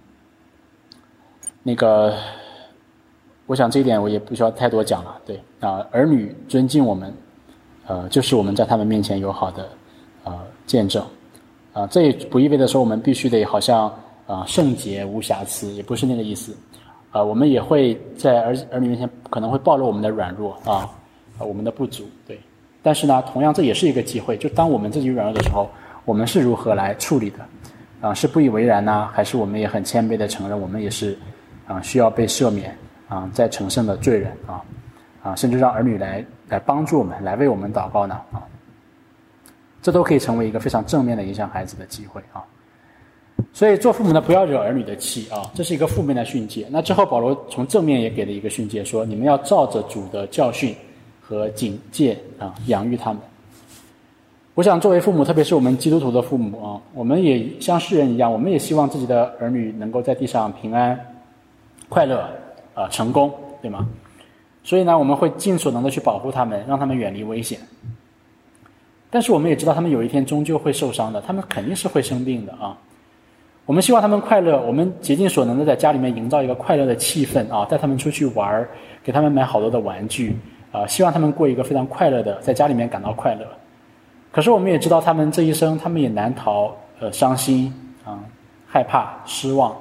S1: 那个我想这一点我也不需要太多讲了，对儿女尊敬我们就是我们在他们面前有好的见证这也不意味着说我们必须得好像圣洁无瑕疵，也不是那个意思我们也会在儿女面前可能会暴露我们的软弱我们的不足，对，但是呢同样这也是一个机会，就当我们自己软弱的时候，我们是如何来处理的是不以为然呢，还是我们也很谦卑的承认我们也是需要被赦免在成圣的罪人甚至让儿女来帮助我们，来为我们祷告呢这都可以成为一个非常正面的影响孩子的机会所以做父母的不要惹儿女的气这是一个负面的训诫。那之后保罗从正面也给了一个训诫，说你们要照着主的教训和警戒养育他们。我想作为父母，特别是我们基督徒的父母我们也像世人一样，我们也希望自己的儿女能够在地上平安快乐成功，对吗？所以呢我们会尽所能的去保护他们，让他们远离危险。但是我们也知道他们有一天终究会受伤的，他们肯定是会生病的我们希望他们快乐，我们竭尽所能的在家里面营造一个快乐的气氛带他们出去玩，给他们买好多的玩具希望他们过一个非常快乐的，在家里面感到快乐。可是我们也知道他们这一生他们也难逃伤心害怕失望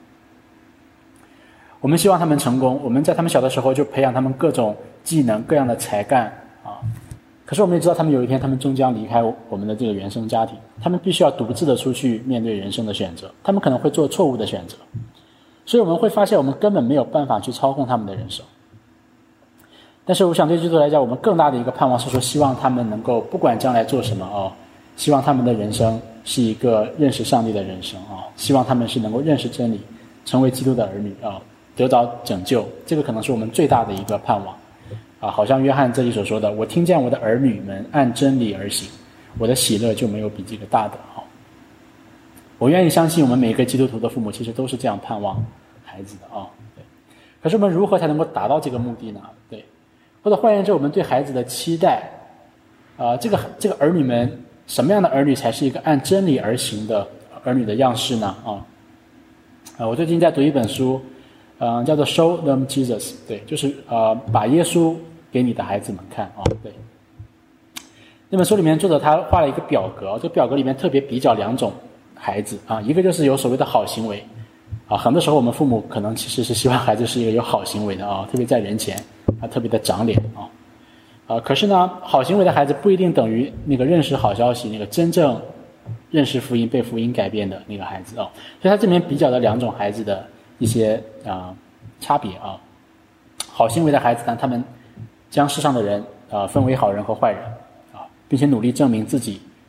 S1: 我们希望他们成功，我们在他们小的时候就培养他们各种技能各样的才干可是我们也知道他们有一天他们终将离开我们的这个原生家庭，他们必须要独自的出去面对人生的选择，他们可能会做错误的选择，所以我们会发现我们根本没有办法去操控他们的人生。但是我想对基督徒来讲，我们更大的一个盼望是说，希望他们能够不管将来做什么希望他们的人生是一个认识上帝的人生希望他们是能够认识真理，成为基督的儿女得到拯救，这个可能是我们最大的一个盼望好像约翰这里所说的，我听见我的儿女们按真理而行，我的喜乐就没有比这个大的我愿意相信我们每一个基督徒的父母其实都是这样盼望孩子的对。可是我们如何才能够达到这个目的呢？对，或者换言之，我们对孩子的期待这个儿女们，什么样的儿女才是一个按真理而行的儿女的样式呢我最近在读一本书叫做 Show Them Jesus， 对，就是把耶稣给你的孩子们看对。那本书里面作者他画了一个表格，这个表格里面特别比较两种孩子一个就是有所谓的好行为很多时候我们父母可能其实是希望孩子是一个有好行为的特别在人前特别的长脸可是呢好行为的孩子不一定等于那个认识好消息，那个真正认识福音被福音改变的那个孩子所以他这里面比较了两种孩子的一些差别好行为的孩子呢，他们将世上的人分为好人和坏人并且努力证明自己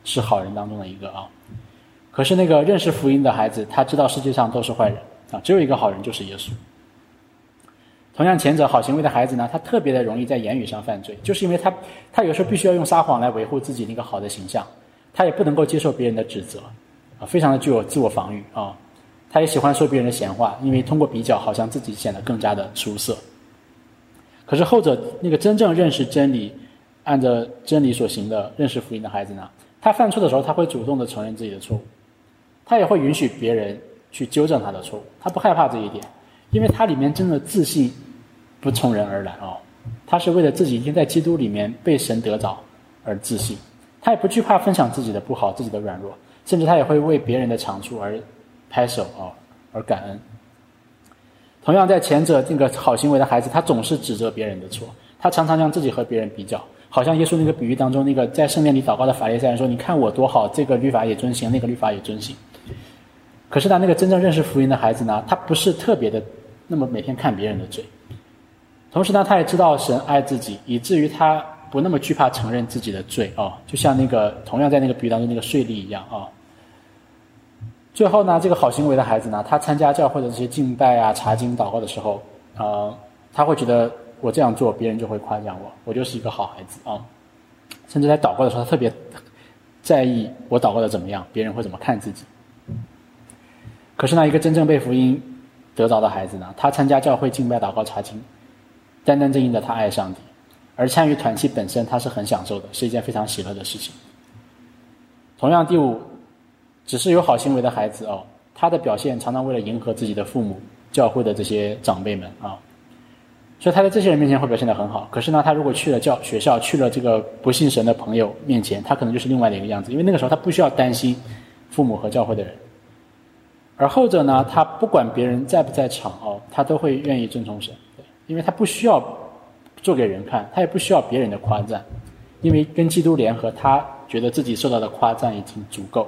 S1: 是好人当中的一个啊。可是那个认识福音的孩子，他知道世界上都是坏人啊，只有一个好人，就是耶稣。同样，前者好行为的孩子呢，他特别的容易在言语上犯罪，就是因为他有时候必须要用撒谎来维护自己那个好的形象，他也不能够接受别人的指责啊，非常的具有自我防御啊。他也喜欢说别人的闲话，因为通过比较，好像自己显得更加的出色。可是后者那个真正认识真理，按着真理所行的认识福音的孩子呢，他犯错的时候，他会主动的承认自己的错误，他也会允许别人去纠正他的错误，他不害怕这一点，因为他里面真的自信不从人而来哦，他是为了自己已经在基督里面被神得着而自信，他也不惧怕分享自己的不好、自己的软弱，甚至他也会为别人的长处而拍手而感恩。同样，在前者那个好行为的孩子，他总是指责别人的错，他常常将自己和别人比较，好像耶稣那个比喻当中那个在圣殿里祷告的法利赛人说：“你看我多好，这个律法也遵行，那个律法也遵行。”可是他那个真正认识福音的孩子呢，他不是特别的那么每天看别人的罪，同时呢，他也知道神爱自己，以至于他不那么惧怕承认自己的罪啊，就像那个同样在那个比喻当中那个税吏一样啊。最后呢，这个好行为的孩子呢，他参加教会的这些敬拜啊、查经、祷告的时候，他会觉得我这样做，别人就会夸奖我，我就是一个好孩子啊。甚至在祷告的时候，他特别在意我祷告的怎么样，别人会怎么看自己。可是呢，一个真正被福音得着的孩子呢，他参加教会敬拜、祷告、查经，单单正义的他爱上帝，而参与团契本身他是很享受的，是一件非常喜乐的事情。同样，第五，只是有好行为的孩子他的表现常常为了迎合自己的父母、教会的这些长辈们啊，所以他在这些人面前会表现得很好。可是呢，他如果去了学校，去了这个不信神的朋友面前，他可能就是另外的一个样子，因为那个时候他不需要担心父母和教会的人。而后者呢，他不管别人在不在场他都会愿意遵从神，因为他不需要做给人看，他也不需要别人的夸赞，因为跟基督联合，他觉得自己受到的夸赞已经足够。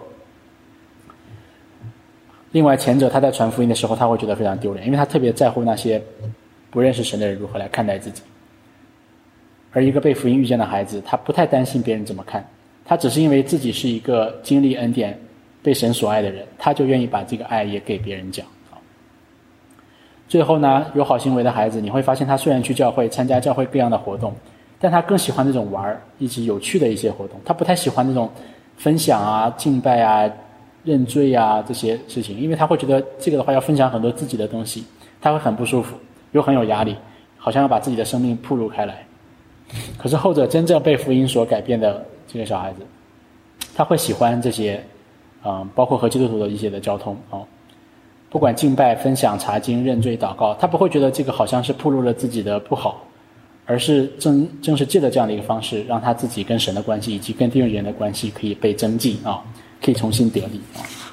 S1: 另外，前者他在传福音的时候，他会觉得非常丢脸，因为他特别在乎那些不认识神的人如何来看待自己。而一个被福音遇见的孩子，他不太担心别人怎么看，他只是因为自己是一个经历恩典、被神所爱的人，他就愿意把这个爱也给别人讲。最后呢，有好行为的孩子，你会发现他虽然去教会参加教会各样的活动，但他更喜欢那种玩以及有趣的一些活动，他不太喜欢那种分享啊、敬拜啊、认罪啊这些事情，因为他会觉得这个的话要分享很多自己的东西，他会很不舒服，又很有压力，好像要把自己的生命暴露开来。可是后者真正被福音所改变的这个小孩子，他会喜欢这些包括和基督徒的一些的交通不管敬拜、分享、查经、认罪、祷告，他不会觉得这个好像是暴露了自己的不好，而是正是借着这样的一个方式，让他自己跟神的关系以及跟弟兄姐妹的关系可以被增进可以重新得力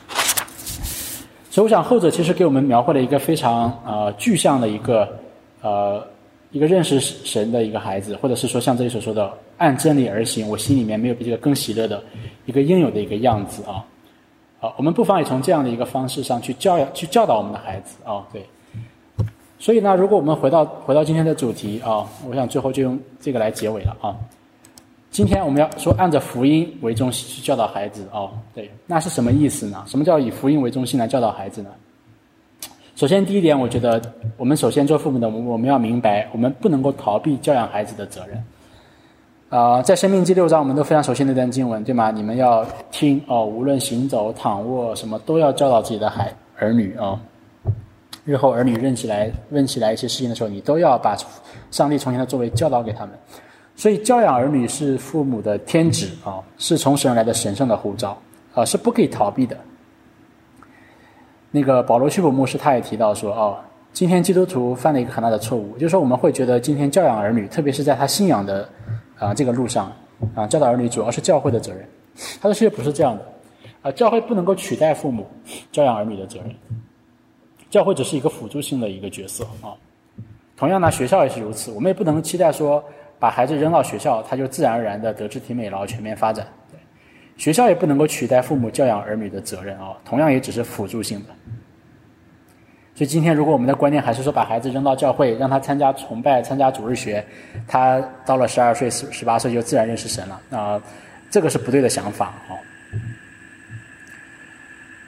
S1: 所以我想后者其实给我们描绘了一个非常具象的一个认识神的一个孩子，或者是说像这里所说的按真理而行，我心里面没有比这个更喜乐的一个应有的一个样子我们不妨也从这样的一个方式上去教导我们的孩子对。所以呢，如果我们回到今天的主题我想最后就用这个来结尾了今天我们要说按着福音为中心去教导孩子对，那是什么意思呢？什么叫以福音为中心来教导孩子呢？首先第一点，我觉得我们首先做父母的，我们要明白，我们不能够逃避教养孩子的责任。在申命记6章我们都非常熟悉那段经文，对吗？你们要听无论行走、躺卧什么，都要教导自己的儿女日后儿女问起来一些事情的时候，你都要把上帝从前的作为教导给他们。所以教养儿女是父母的天职是从神而来的神圣的呼召是不可以逃避的。那个保罗屈普牧师他也提到说今天基督徒犯了一个很大的错误，就是说我们会觉得今天教养儿女，特别是在他信仰的这个路上教导儿女主要是教会的责任。他说其实不是这样的教会不能够取代父母教养儿女的责任，教会只是一个辅助性的一个角色同样呢，学校也是如此，我们也不能期待说把孩子扔到学校，他就自然而然的德智体美劳全面发展。对，学校也不能够取代父母教养儿女的责任同样也只是辅助性的。所以今天如果我们的观念还是说把孩子扔到教会，让他参加崇拜、参加主日学，他到了12岁、18岁就自然认识神了这个是不对的想法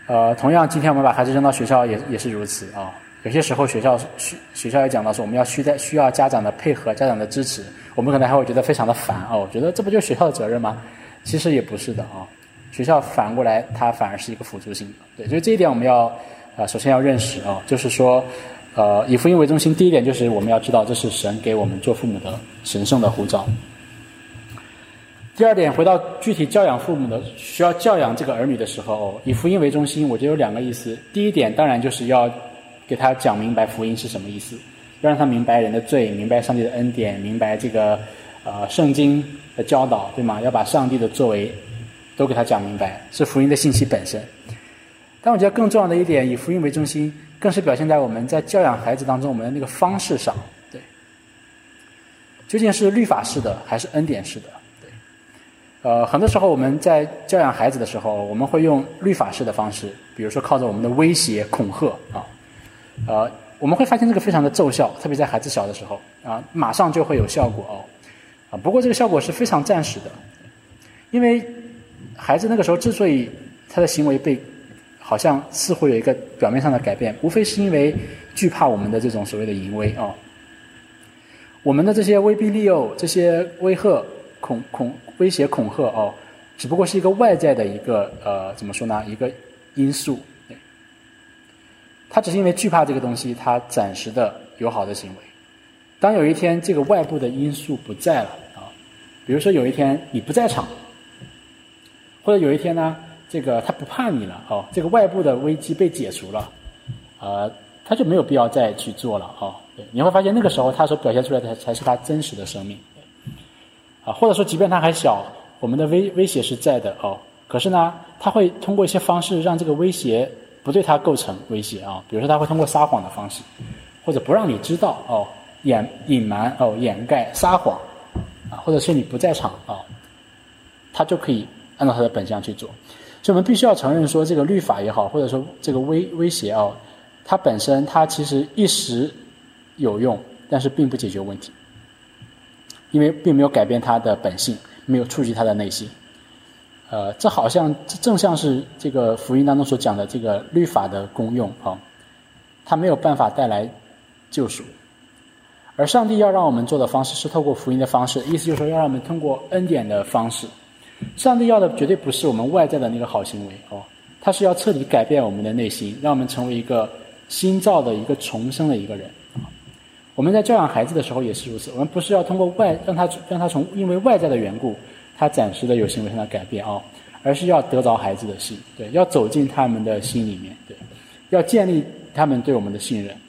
S1: 同样今天我们把孩子扔到学校也是如此啊。有些时候学校也讲到说我们需要家长的配合，家长的支持，我们可能还会觉得非常的烦哦，我觉得这不就是学校的责任吗？其实也不是的啊，学校反过来它反而是一个辅助性的。对，所以这一点我们要首先要认识啊，就是说以福音为中心，第一点就是我们要知道这是神给我们做父母的神圣的呼召。第二点，回到具体教养父母的需要教养这个儿女的时候，以福音为中心，我觉得有两个意思。第一点当然就是要给他讲明白福音是什么意思，要让他明白人的罪，明白上帝的恩典，明白这个圣经的教导，对吗？要把上帝的作为都给他讲明白，是福音的信息本身。但我觉得更重要的一点，以福音为中心，更是表现在我们在教养孩子当中我们的那个方式上。对，究竟是律法式的还是恩典式的？对，很多时候我们在教养孩子的时候，我们会用律法式的方式，比如说靠着我们的威胁、恐吓啊，我们会发现这个非常的奏效，特别在孩子小的时候啊，马上就会有效果哦。不过这个效果是非常暂时的，因为孩子那个时候之所以他的行为好像似乎有一个表面上的改变，无非是因为惧怕我们的这种所谓的淫威哦。我们的这些威逼利诱、这些威胁恐吓哦，只不过是一个外在的一个怎么说呢？一个因素。他只是因为惧怕这个东西，他暂时的有好的行为。当有一天这个外部的因素不在了啊，比如说有一天你不在场，或者有一天呢，这个他不怕你了哦，这个外部的危机被解除了，他就没有必要再去做了哦。对，你会发现那个时候他所表现出来的才是他真实的生命啊，或者说即便他还小，我们的威胁是在的哦，可是呢，他会通过一些方式让这个威胁不对他构成威胁啊，比如说他会通过撒谎的方式，或者不让你知道哦，隐瞒哦，掩盖撒谎啊，或者是你不在场啊，他就可以按照他的本相去做。所以我们必须要承认说，这个律法也好，或者说这个威胁啊，它本身它其实一时有用，但是并不解决问题，因为并没有改变他的本性，没有触及他的内心。这好像正像是这个福音当中所讲的这个律法的功用啊，它没有办法带来救赎，而上帝要让我们做的方式是透过福音的方式，意思就是说要让我们通过恩典的方式。上帝要的绝对不是我们外在的那个好行为哦，他是要彻底改变我们的内心，让我们成为一个新造的一个重生的一个人。我们在教养孩子的时候也是如此，我们不是要通过让他从因为外在的缘故他暂时的有行为上的改变哦，而是要得着孩子的心，对，要走进他们的心里面，对，要建立他们对我们的信任。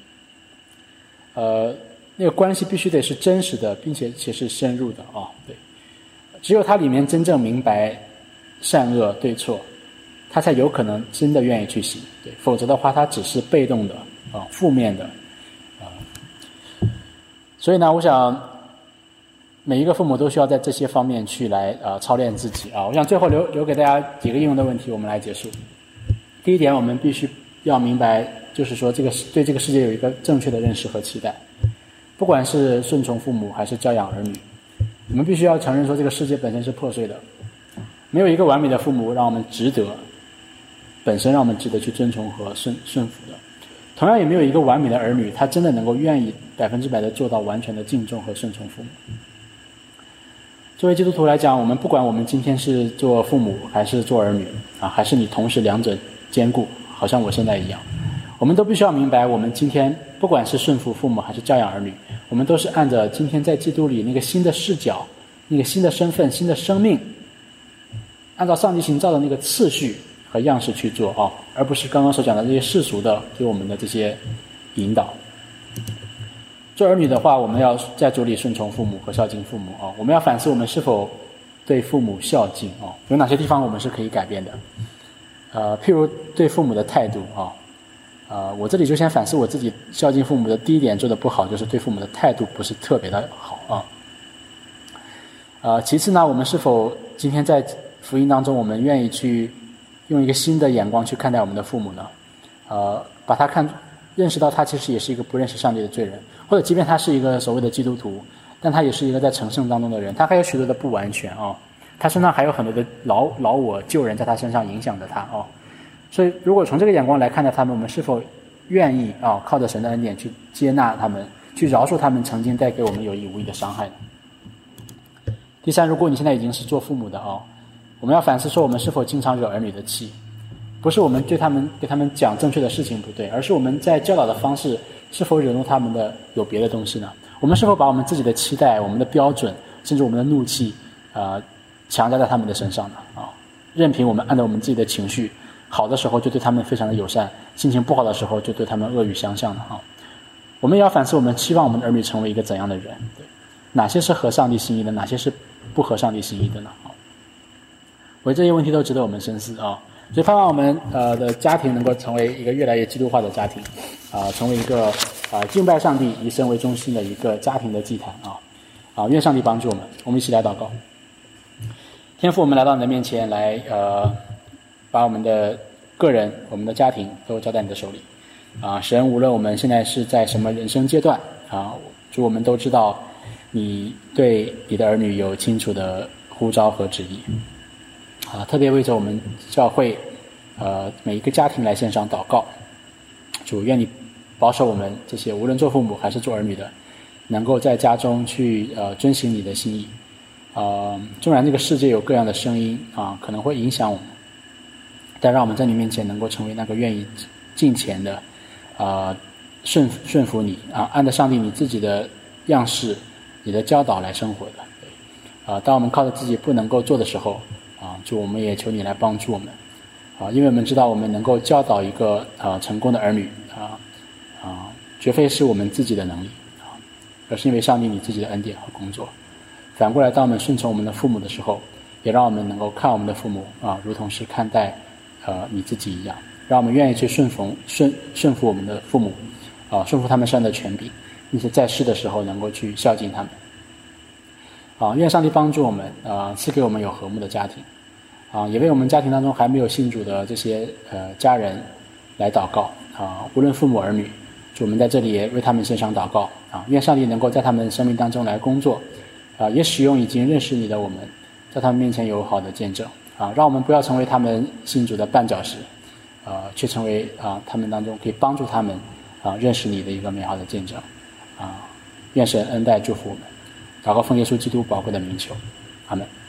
S1: 那个关系必须得是真实的，并且是深入的哦，对，只有他里面真正明白善恶对错，他才有可能真的愿意去行，对，否则的话他只是被动的负面的所以呢，我想每一个父母都需要在这些方面去来操练自己啊。我想最后留给大家几个应用的问题，我们来结束。第一点，我们必须要明白，就是说对这个世界有一个正确的认识和期待，不管是顺从父母还是教养儿女，我们必须要承认说这个世界本身是破碎的，没有一个完美的父母让我们本身让我们值得去遵从和顺服的。同样也没有一个完美的儿女，他真的能够愿意100%的做到完全的敬重和顺从父母。作为基督徒来讲，我们不管我们今天是做父母还是做儿女啊，还是你同时两者兼顾，好像我现在一样，我们都必须要明白，我们今天不管是顺服父母还是教养儿女，我们都是按照今天在基督里那个新的视角、那个新的身份、新的生命，按照上帝形造的那个次序和样式去做啊，而不是刚刚所讲的这些世俗的给我们的这些引导。做儿女的话，我们要在主里顺从父母和孝敬父母啊。我们要反思我们是否对父母孝敬啊，有哪些地方我们是可以改变的。譬如对父母的态度啊，我这里就先反思我自己孝敬父母的第一点做的不好，就是对父母的态度不是特别的好啊。其次呢，我们是否今天在福音当中，我们愿意去用一个新的眼光去看待我们的父母呢？把他认识到他其实也是一个不认识上帝的罪人，或者即便他是一个所谓的基督徒，但他也是一个在成圣当中的人，他还有许多的不完全他身上还有很多的老我旧人在他身上影响着他所以如果从这个眼光来看待他们，我们是否愿意靠着神的恩典去接纳他们，去饶恕他们曾经带给我们有意无意的伤害呢？第三，如果你现在已经是做父母的我们要反思说，我们是否经常惹儿女的气？不是我们给他们讲正确的事情不对，而是我们在教导的方式是否惹怒他们的有别的东西呢？我们是否把我们自己的期待、我们的标准，甚至我们的怒气强加在他们的身上呢？任凭我们按照我们自己的情绪，好的时候就对他们非常的友善，心情不好的时候就对他们恶语相向的我们也要反思，我们期望我们的儿女成为一个怎样的人？对，哪些是合上帝心意的，哪些是不合上帝心意的呢？我觉得这些问题都值得我们深思所以盼望我们的家庭能够成为一个越来越基督化的家庭成为一个敬拜上帝以神为中心的一个家庭的祭坛愿上帝帮助我们一起来祷告。天父，我们来到你的面前来把我们的个人、我们的家庭都交在你的手里神，无论我们现在是在什么人生阶段主，我们都知道你对你的儿女有清楚的呼召和旨意特别为着我们教会每一个家庭来献上祷告。主，愿你保守我们这些无论做父母还是做儿女的，能够在家中去遵行你的心意纵然这个世界有各样的声音可能会影响我们，但让我们在你面前能够成为那个愿意敬虔的顺服你按照上帝你自己的样式、你的教导来生活的当我们靠着自己不能够做的时候主，我们也求你来帮助我们因为我们知道我们能够教导一个成功的儿女绝非是我们自己的能力而是因为上帝你自己的恩典和工作。反过来，当我们顺从我们的父母的时候，也让我们能够看我们的父母如同是看待你自己一样，让我们愿意去顺服我们的父母顺服他们身上的权柄，并且在世的时候能够去孝敬他们愿上帝帮助我们赐给我们有和睦的家庭也为我们家庭当中还没有信主的这些家人来祷告无论父母儿女，主，我们在这里也为他们献上祷告愿上帝能够在他们生命当中来工作也使用已经认识你的我们，在他们面前有好的见证让我们不要成为他们信主的绊脚石却成为他们当中可以帮助他们认识你的一个美好的见证愿神恩待祝福我们，祷告奉耶稣基督宝贵的名求，阿们。